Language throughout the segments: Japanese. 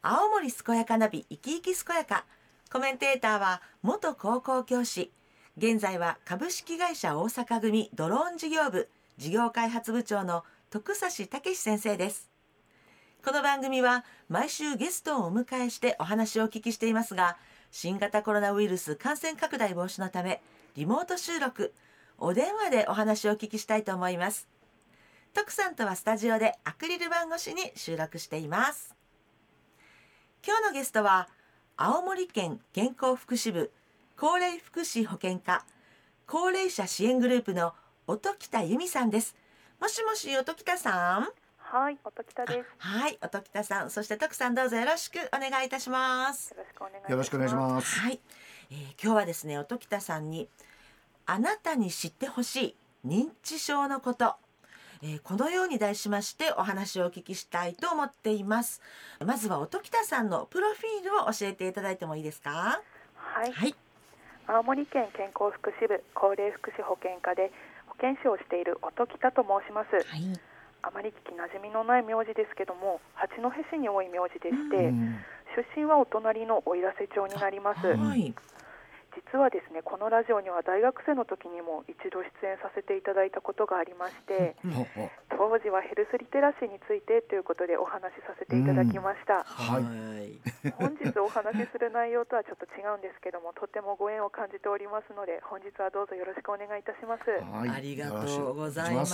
青森健やかナビ生き生き健やか。コメンテーターは元高校教師、現在は株式会社大阪組ドローン事業部事業開発部長の徳指武先生です。この番組は毎週ゲストをお迎えしてお話をお聞きしていますが、新型コロナウイルス感染拡大防止のためリモート収録、お電話でお話をお聞きしたいと思います。徳さんとはスタジオでアクリル板越しに収録しています。今日のゲストは青森県健康福祉部高齢福祉保健課高齢者支援グループの音喜多由美さんです。もしもし音喜多さん。 はい、音喜多です。 はい、音喜多さん、そして徳さん、どうぞよろしくお願いいたします。 よろしくお願いします。 はい、今日はですね、音喜多さんにあなたに知ってほしい認知症のこと、このように題しましてお話をお聞きしたいと思っています。まずは音喜多さんのプロフィールを教えていただいてもいいですか。 はい、 はい、 青森県健康福祉部高齢福祉保健課で保健師をしている音喜多と申します。 はい、 あまり聞きなじみのない名字ですけども、八戸市に多い名字でして、出身はお隣の奥入瀬町になります。 はい、 実はですね、このラジオには大学生の時にも一度出演させていただいたことがありまして、当時はヘルスリテラシーについてということでお話しさせていただきました。 はい、 本日お話しする内容とはちょっと違うんですけども、とてもご縁を感じておりますので、本日はどうぞよろしくお願いいたします。 ありがとうございます。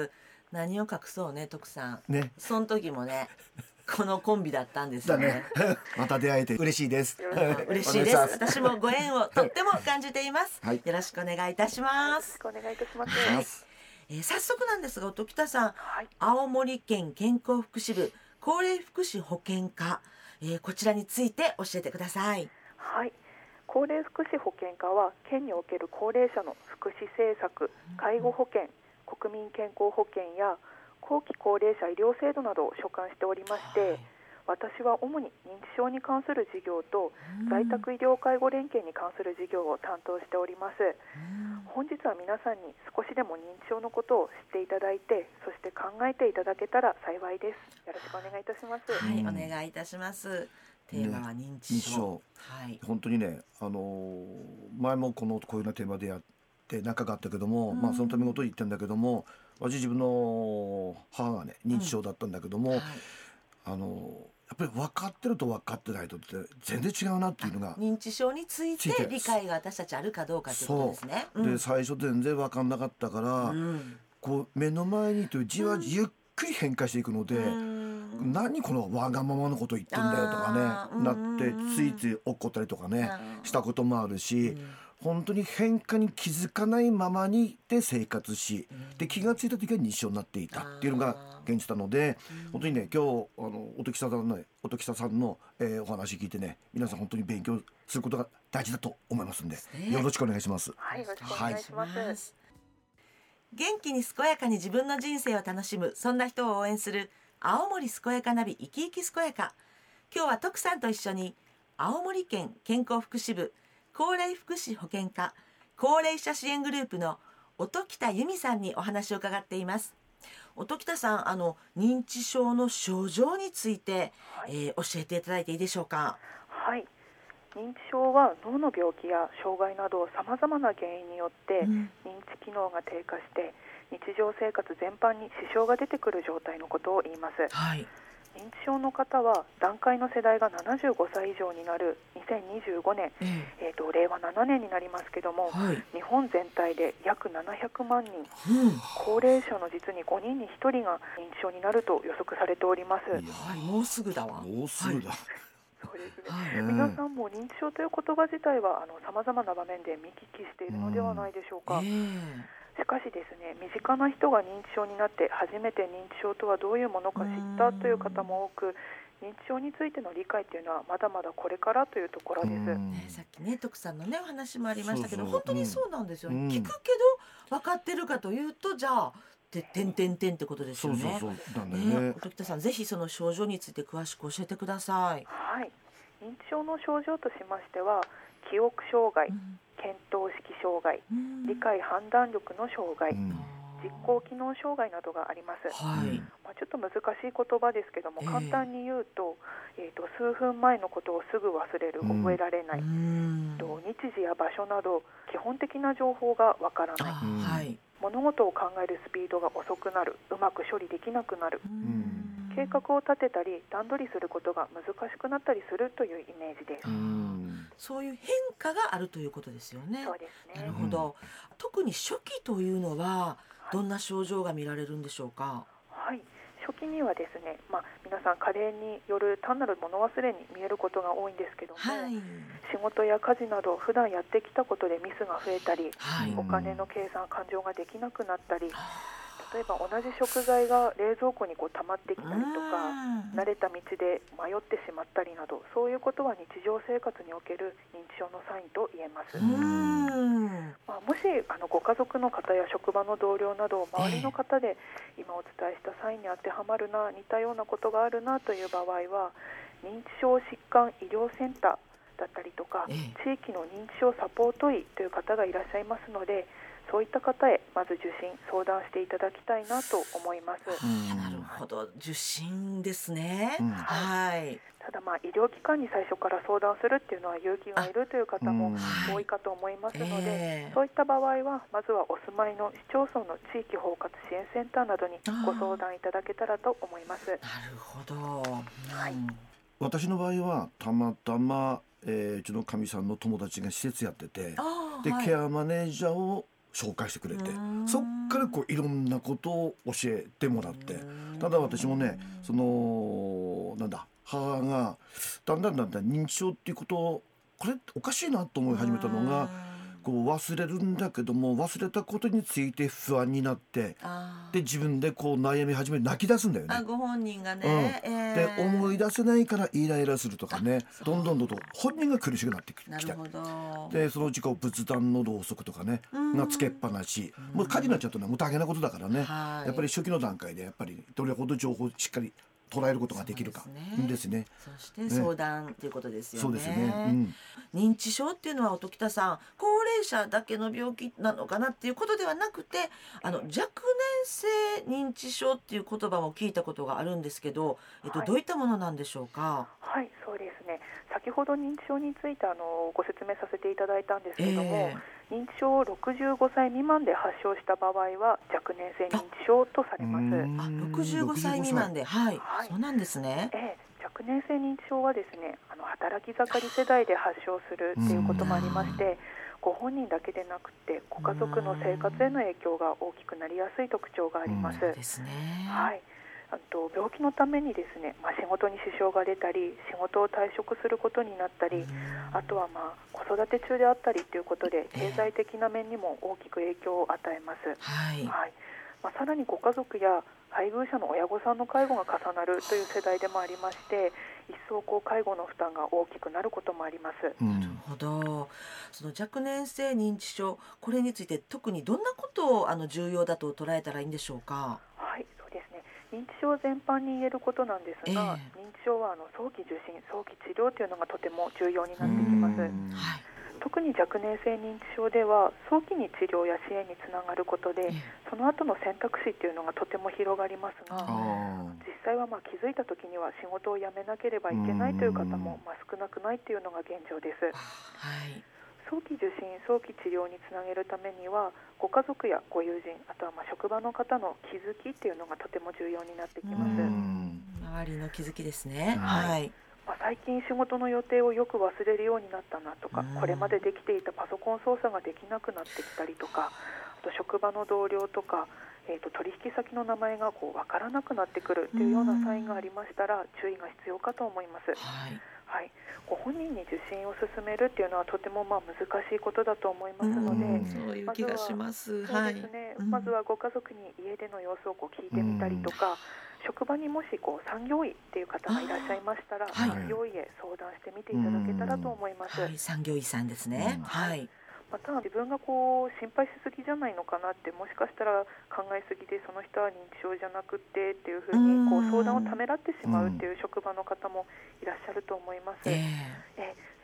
何を隠そうね、徳さんね、その時もねこのコンビだったんですよね。 また出会えて嬉しいです。 嬉しいです。私もご縁をとっても感じています。はい、よろしくお願いいたします。 よろしくお願いいたします。 はい、早速なんですが、音喜多さん、 はい、 青森県健康福祉部高齢福祉保健課、こちらについて教えてください。 はい、高齢福祉保健課は県における高齢者の福祉政策、介護保険、国民健康保険や後期高齢者医療制度などを所管しておりまして、はい、私は主に認知症に関する事業と在宅医療介護連携に関する事業を担当しております。本日は皆さんに少しでも認知症のことを知っていただいて、そして考えていただけたら幸いです。よろしくお願いいたします。 はい、お願いいたします。テーマは認知症、 はい、本当にね、前もこういうようなテーマでやって仲があったけども、そのためごとに言ってんだけども、私自分の母がね認知症だったんだけども、はい、やっぱり分かってると分かってないとって全然違うなっていうのが、 認知症について理解が私たちあるかどうかということですね。 で最初全然分かんなかったから、こう目の前にというじわじゆっくり変化していくので、何このわがままのこと言ってんだよとかね、なってついつい怒ったりとかねしたこともあるし、本当に変化に気づかないままにで生活し、で気がついた時は認知症になっていたっていうのが現実なので、本当にね今日音喜多さんの、お話聞いてね、皆さん本当に勉強することが大事だと思いますんで、よろしくお願いします。 はい、よろしくお願いします。 元気に健やかに自分の人生を楽しむ、そんな人を応援する青森健やかナビ生き生き健やか。今日は徳さんと一緒に青森県健康福祉部高齢福祉保健課高齢者支援グループの音喜多由美さんにお話を伺っています。音喜多さん、認知症の症状について、教えていただいていいでしょうか。 はい、認知症は脳の病気や障害などさまざまな原因によって認知機能が低下して日常生活全般に支障が出てくる状態のことを言います。 はい、 認知症の方は団塊の世代が75歳以上になる2025年、令和7年になりますけども、はい、日本全体で約700万人、高齢者の実に5人に1人が認知症になると予測されております。 はい、もうすぐだわ。 もうすぐだ、はい、 そうですね、はい、皆さんも認知症という言葉自体はさまざまな場面で見聞きしているのではないでしょうか。しかしですね、身近な人が認知症になって初めて認知症とはどういうものか知ったという方も多く、認知症についての理解というのはまだまだこれからというところです。 さっきね徳さんのねお話もありましたけど、本当にそうなんですよ、聞くけど分かってるかというと、じゃあてんてんてんってことですよね。音喜多さん、ぜひその症状について詳しく教えてください。 はい、認知症の症状としましては、記憶障害、見当識障害、理解判断力の障害、 実行機能障害などがあります。 はい。 ちょっと難しい言葉ですけども、簡単に言うと、数分前のことをすぐ忘れる、覚えられない、日時や場所など基本的な情報がわからない、 はい。 物事を考えるスピードが遅くなる、うまく処理できなくなる、計画を立てたり段取りすることが難しくなったりするというイメージです。 そういう変化があるということですよね。 そうですね。 なるほど。特に初期というのはどんな症状が見られるんでしょうか。 はい、初期にはですね、皆さん加齢による単なる物忘れに見えることが多いんですけども、 はい。 仕事や家事など普段やってきたことでミスが増えたり、 はい。 お金の計算勘定ができなくなったり、例えば同じ食材が冷蔵庫に溜まってきたりとか、慣れた道で迷ってしまったりなど、そういうことは日常生活における認知症のサインと言えます。もしご家族の方や職場の同僚など周りの方で今お伝えしたサインに当てはまるな、似たようなことがあるなという場合は、認知症疾患医療センターだったりとか、地域の認知症サポート医という方がいらっしゃいますので、そういった方へまず受診相談していただきたいなと思います。 なるほど、受診ですね。 はい。ただ医療機関に最初から相談するっていうのは勇気がいるという方も多いかと思いますので、そういった場合はまずはお住まいの市町村の地域包括支援センターなどにご相談いただけたらと思います。 なるほど。 私の場合はたまたま、うちのかみさんの友達が施設やってて、でケアマネージャーを紹介してくれて、そっからいろんなことを教えてもらって、ただ私もね、母がだんだん認知症っていうことを、これおかしいなと思い始めたのが、忘れるんだけども忘れたことについて不安になって、で自分で悩み始め泣き出すんだよね。 ご本人がね、 で思い出せないからイライラするとかね、どんどん本人が苦しくなってきた。でそのうち仏壇のろうそくとかねがつけっぱなし、もう火事になっちゃったのはもう大変なことだからね、やっぱり初期の段階でやっぱりどれほど情報をしっかり捉えることができるかですね。 そして相談ということですよね。 そうですね。 認知症っていうのは音喜多さん、高齢者だけの病気なのかなっていうことではなくて、若年性認知症っていう言葉も聞いたことがあるんですけど、どういったものなんでしょうか。 はい、そうですね。先ほど認知症についてご説明させていただいたんですけども、認知症を65歳未満で発症した場合は若年性認知症とされます。 65歳未満で、そうなんですね。 若年性認知症はですね、働き盛り世代で発症するっていうこともありまして、ご本人だけでなくてご家族の生活への影響が大きくなりやすい特徴があります。 そうですね。 はい。病気のためにですね、仕事に支障が出たり、仕事を退職することになったり、あとは子育て中であったりということで経済的な面にも大きく影響を与えます。さらにご家族や配偶者の親御さんの介護が重なるという世代でもありまして、一層介護の負担が大きくなることもあります。 なるほど。その若年性認知症、これについて特にどんなことを重要だと捉えたらいいんでしょうか。 はい、そうですね。認知症全般に言えることなんですが、認知症は早期受診、早期治療というのがとても重要になってきます。特に若年性認知症では早期に治療や支援につながることで、その後の選択肢というのがとても広がりますが、実際は気づいた時には仕事を辞めなければいけないという方も少なくないというのが現状です。早期受診、早期治療につなげるためにはご家族やご友人、あとは職場の方の気づきっていうのがとても重要になってきます。 周りの気づきですね。 最近仕事の予定をよく忘れるようになったなとか、これまでできていたパソコン操作ができなくなってきたりとか、あと職場の同僚とか、取引先の名前が分からなくなってくるというようなサインがありましたら注意が必要かと思います。ご本人に受診を勧めるっていうのはとても難しいことだと思いますので、 そういう気がします。 そうですね。まずはご家族に家での様子を聞いてみたりとか、職場にもし産業医っていう方がいらっしゃいましたら、産業医へ相談してみていただけたらと思います。 産業医さんですね。 また自分が心配しすぎじゃないのかなって、もしかしたら考えすぎでその人は認知症じゃなくてっていうふうに相談をためらってしまうっていう職場の方もいらっしゃると思います。そ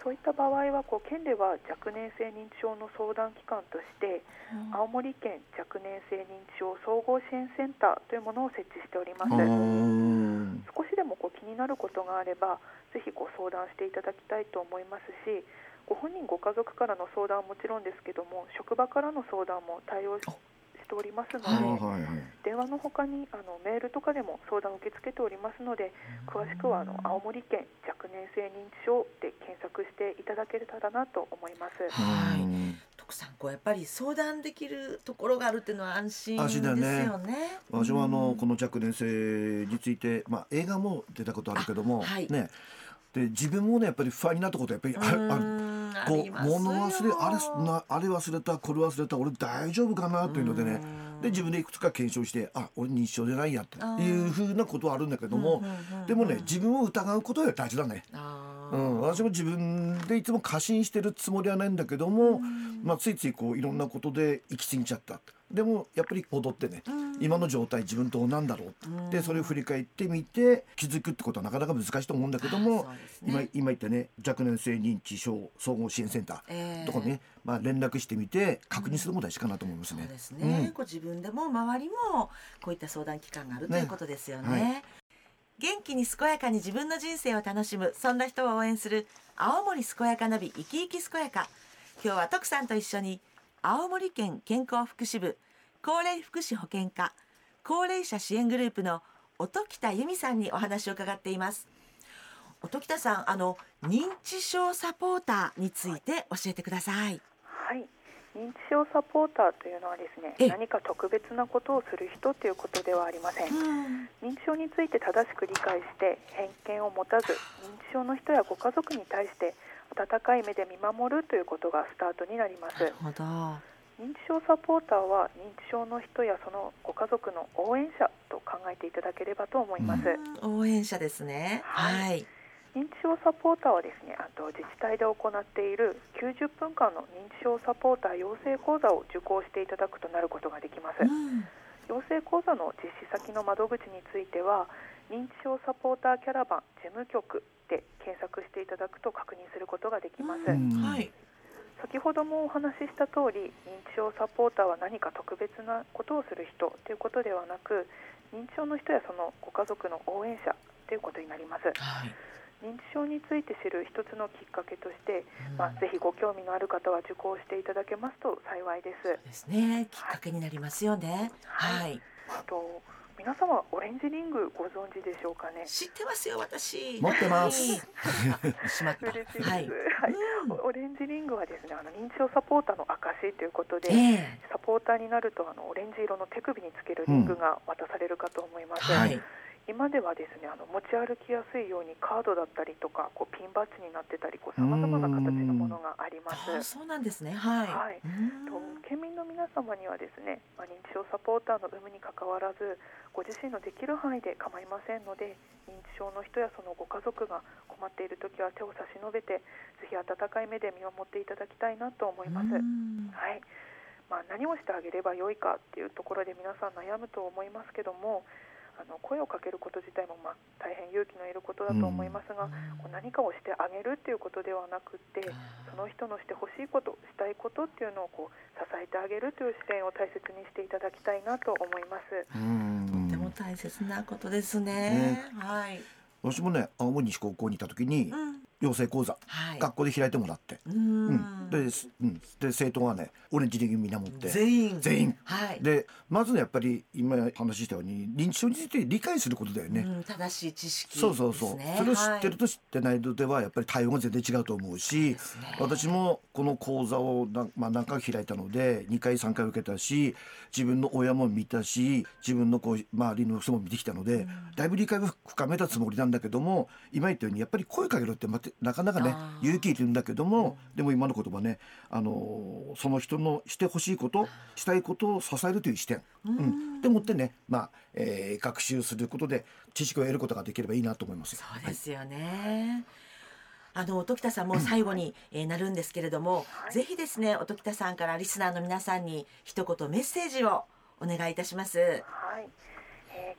そういった場合は県では若年性認知症の相談機関として、青森県若年性認知症総合支援センターというものを設置しております。少しでも気になることがあればぜひ相談していただきたいと思いますし、ご本人ご家族からの相談はもちろんですけども、職場からの相談も対応しておりますので、電話の他にメールとかでも相談を受け付けておりますので、詳しくは青森県若年性認知症で検索していただけたらなと思います。 はい、徳さんやっぱり相談できるところがあるっていうのは安心ですよね。 私はこの若年性について、映画も出たことあるけども、ね、で自分もねやっぱり不安になったことやっぱりある。物忘れ、あれ忘れたこれ忘れた俺大丈夫かなというのでね、で自分でいくつか検証して、俺認知症じゃないやっていうふうなことはあるんだけども、でもね自分を疑うことが大事だね。私も自分でいつも過信してるつもりはないんだけども、ついついいろんなことで行き過ぎちゃった。でもやっぱり戻ってね、今の状態自分どうなんだろうでそれを振り返ってみて気づくってことはなかなか難しいと思うんだけども、今言ったね若年性認知症総合支援センターとかね、連絡してみて確認するのも大事かなと思いますね。 そうですね、自分でも周りもこういった相談機関があるということですよね。元気に健やかに自分の人生を楽しむ、そんな人を応援する青森健やかナビ、生き生き健やか。今日は徳さんと一緒に青森県健康福祉部高齢福祉保健課高齢者支援グループの音喜多由美さんにお話を伺っています。音喜多さん、認知症サポーターについて教えてください。 はい、認知症サポーターというのはですね、何か特別なことをする人ということではありません。認知症について正しく理解して偏見を持たず、認知症の人やご家族に対して温かい目で見守るということがスタートになります。 なるほど。 認知症サポーターは認知症の人やそのご家族の応援者と考えていただければと思います。 応援者ですね。はい。 認知症サポーターはですね、自治体で行っている90分間の認知症サポーター養成講座を受講していただくとなることができます。養成講座の実施先の窓口については、認知症サポーターキャラバン事務局で検索していただくと確認することができます。先ほどもお話しした通り、認知症サポーターは何か特別なことをする人ということではなく、認知症の人やそのご家族の応援者ということになります。認知症について知る一つのきっかけとして、ぜひご興味のある方は受講していただけますと幸いです。 そうですね、きっかけになりますよね。 皆様オレンジリングご存知でしょうかね。 知ってますよ、私持ってます。 嬉しいです。オレンジリングはですね、認知症サポーターの証ということで、サポーターになるとオレンジ色の手首につけるリングが渡されるかと思います。今ではですね、持ち歩きやすいようにカードだったりとかピンバッジになってたりさまざまな形のものがあります。 そうなんですね。 県民の皆様にはですね、認知症サポーターの有無にかかわらずご自身のできる範囲で構いませんので、認知症の人やそのご家族が困っているときは手を差し伸べて、ぜひ温かい目で見守っていただきたいなと思います。何をしてあげればよいかっていうところで皆さん悩むと思いますけども、声をかけること自体も大変勇気のいることだと思いますが、何かをしてあげるということではなくて、その人のしてほしいこと、したいことっていうのを支えてあげるという視点を大切にしていただきたいなと思います。 とても大切なことですね。 私もね、青森西高校にいた時に、養成講座、学校で開いてもらって、で生徒がねオレンジリング見守って全員、でまずねやっぱり今話したように認知症について理解することだよね。 正しい知識ですね。 それを知ってると知ってないのではやっぱり対応が全然違うと思うし、私もこの講座を何回開いたので2回3回受けたし、自分の親も見たし、自分の周りの人も見てきたので、だいぶ理解を深めたつもりなんだけども、今言ったようにやっぱり声かけろってなかなかね勇気いるんだけども、でも今の言葉ね、その人のしてほしいこと、したいことを支えるという視点、でもってね、学習することで知識を得ることができればいいなと思いますよ。 そうですよね。音喜多さんも最後になるんですけれども、ぜひですね音喜多さんからリスナーの皆さんに一言メッセージをお願いいたします。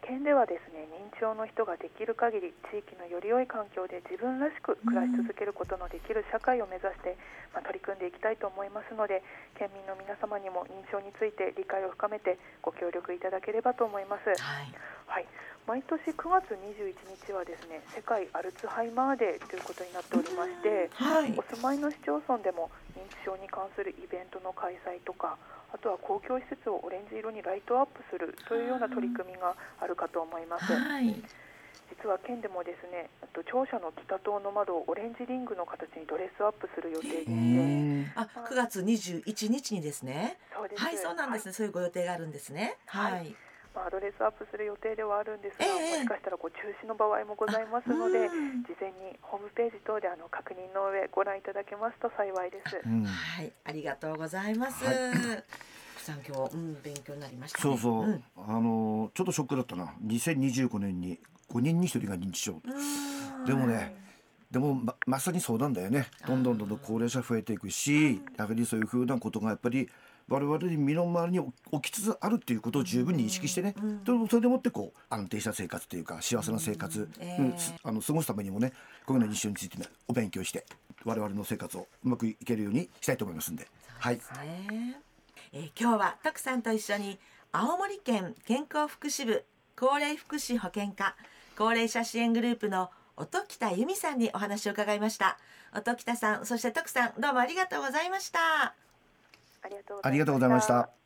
県ではですね、認知症の人ができる限り地域のより良い環境で自分らしく暮らし続けることのできる社会を目指して、取り組んでいきたいと思いますので、県民の皆様にも認知症について理解を深めてご協力いただければと思います。はい、毎年9月21日はですね、世界アルツハイマーデーということになっておりまして、お住まいの市町村でも認知症に関するイベントの開催とか、あとは公共施設をオレンジ色にライトアップするというような取り組みがあるかと思います。実は県でもですね、庁舎の北棟の窓をオレンジリングの形にドレスアップする予定でして、 9月21日にですね。 そうです。 はい、そうなんですね。そういうご予定があるんですね。 ドレスアップする予定ではあるんですが、もしかしたら中止の場合もございますので、事前にホームページ等で確認の上ご覧いただけますと幸いです。 はい、ありがとうございます。さん今日、勉強になりましたね。 そうそう、ちょっとショックだったな。2025年に5人に1人が認知症。でもね、まさにそうなんだよね。どんどん高齢者増えていくし、やはりそういうふうなことがやっぱり我々に身の回りに起きつつあるっていうことを十分に意識してね、それでもって安定した生活というか幸せな生活、過ごすためにもね、こういうような認知症について、ね、お勉強して我々の生活をうまくいけるようにしたいと思いますんで。 そうですね。今日は徳さんと一緒に青森県健康福祉部高齢福祉保健課高齢者支援グループの音喜多由美さんにお話を伺いました。音喜多さん、そして徳さん、どうもありがとうございました。 ありがとうございました。